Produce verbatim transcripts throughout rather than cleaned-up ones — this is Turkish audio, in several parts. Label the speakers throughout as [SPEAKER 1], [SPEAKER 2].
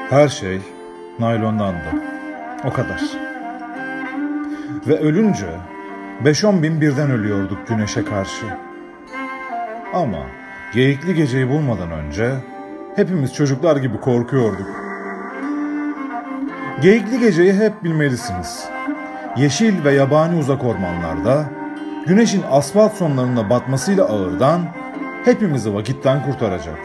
[SPEAKER 1] Her şey naylondandı. O kadar. Ve ölünce beş on bin birden ölüyorduk güneşe karşı. Ama Geyikli Gece'yi bulmadan önce hepimiz çocuklar gibi korkuyorduk. Geyikli Gece'yi hep bilmelisiniz. Yeşil ve yabani uzak ormanlarda, güneşin asfalt sonlarında batmasıyla ağırdan hepimizi vakitten kurtaracak.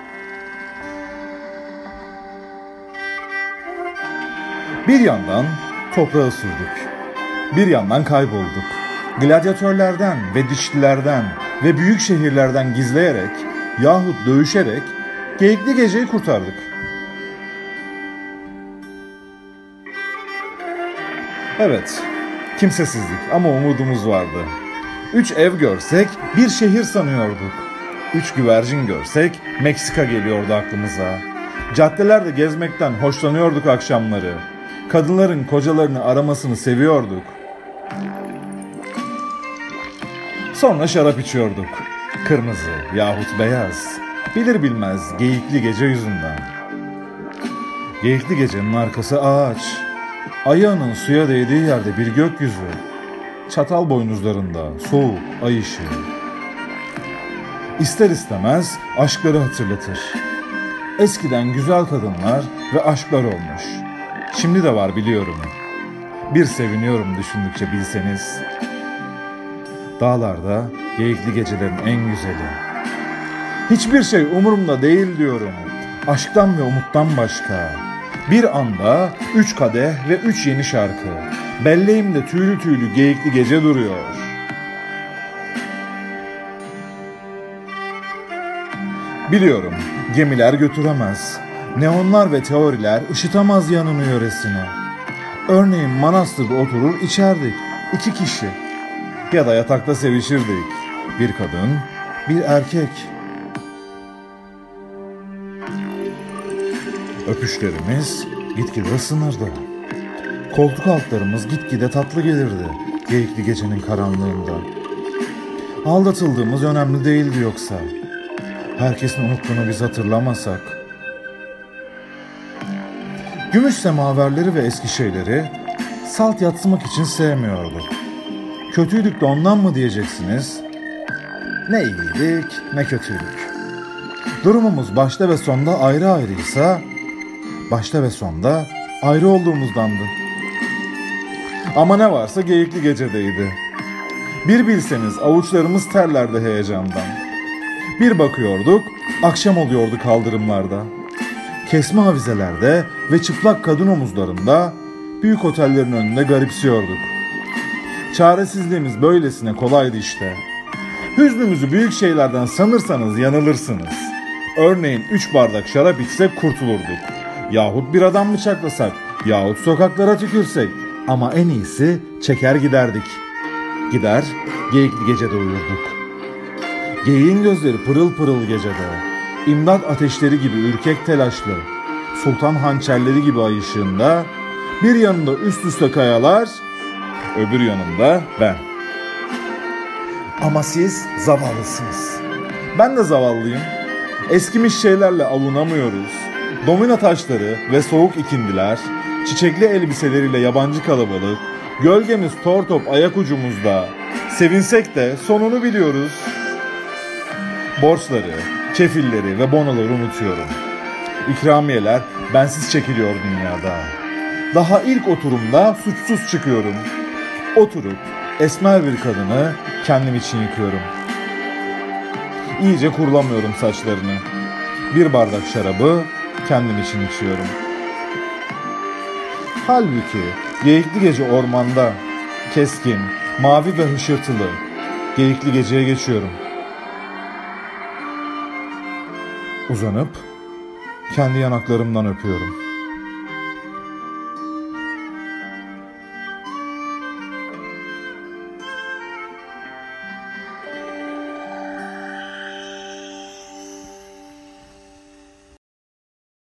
[SPEAKER 1] Bir yandan toprağı sürdük. Bir yandan kaybolduk. Gladyatörlerden ve dişlilerden ve büyük şehirlerden gizleyerek yahut dövüşerek Geyikli Gece'yi kurtardık. Evet, kimsesizlik ama umudumuz vardı. Üç ev görsek bir şehir sanıyorduk. Üç güvercin görsek Meksika geliyordu aklımıza. Caddelerde gezmekten hoşlanıyorduk akşamları. Kadınların kocalarını aramasını seviyorduk. Sonra şarap içiyorduk. Kırmızı yahut beyaz. Bilir bilmez Geyikli Gece yüzünden. Geyikli Gece'nin arkası ağaç. Ayağının suya değdiği yerde bir gökyüzü. Çatal boynuzlarında soğuk ay ışığı. İster istemez aşkları hatırlatır. Eskiden güzel kadınlar ve aşklar olmuş. Şimdi de var biliyorum. Bir seviniyorum düşündükçe bilseniz. Dağlarda Geyikli Gecelerin en güzeli. Hiçbir şey umurumda değil diyorum. Aşktan ve umuttan başka. Bir anda üç kadeh ve üç yeni şarkı. Belleğimde tüylü tüylü Geyikli Gece duruyor. Biliyorum gemiler götüremez. Neonlar ve teoriler ışıtamaz yanını yöresine. Örneğin manastırda oturur içerdik. İki kişi. Ya da yatakta sevişirdik. Bir kadın, bir erkek. Öpüşlerimiz gitgide ısınırdı. Koltuk altlarımız gitgide tatlı gelirdi Geyikli Gecenin karanlığında. Aldatıldığımız önemli değildi yoksa. Herkesin unuttuğunu biz hatırlamasak. Gümüş semaverleri ve eski şeyleri salt yatsımak için sevmiyorduk. Kötüydük de ondan mı diyeceksiniz? Ne iyiydik ne kötüydük. Durumumuz başta ve sonda ayrı ayrıysa, başta ve sonda ayrı olduğumuzdandı. Ama ne varsa Geyikli Gece'deydi. Bir bilseniz avuçlarımız terlerdi heyecandan. Bir bakıyorduk, akşam oluyordu kaldırımlarda. Kesme avizelerde ve çıplak kadın omuzlarında büyük otellerin önünde garipsiyorduk. Çaresizliğimiz böylesine kolaydı işte. Hüznümüzü büyük şeylerden sanırsanız yanılırsınız. Örneğin üç bardak şarap içsek kurtulurduk. Yahut bir adam bıçaklasak, yahut sokaklara tükürsek. Ama en iyisi çeker giderdik. Gider, Geyikli Gece'de uyurduk. Geyiğin gözleri pırıl pırıl gecede. İmdat ateşleri gibi ürkek telaşlı. Sultan hançerleri gibi ay ışığında. Bir yanında üst üste kayalar, öbür yanında ben. Ama siz zavallısınız. Ben de zavallıyım. Eskimiş şeylerle avunamıyoruz. Domino taşları ve soğuk ikindiler, çiçekli elbiseleriyle yabancı kalabalık, gölgemiz tor top ayak ucumuzda. Sevinsek de sonunu biliyoruz. Borçları, kefilleri ve bonoları unutuyorum. İkramiyeler bensiz çekiliyor dünyada. Daha ilk oturumda suçsuz çıkıyorum. Oturup esmer bir kadını kendim için yıkıyorum. İyice kurulamıyorum saçlarını. Bir bardak şarabı kendim için içiyorum. Halbuki Geyikli Gece ormanda, keskin, mavi ve hışırtılı, Geyikli Gece'ye geçiyorum. Uzanıp kendi yanaklarımdan öpüyorum.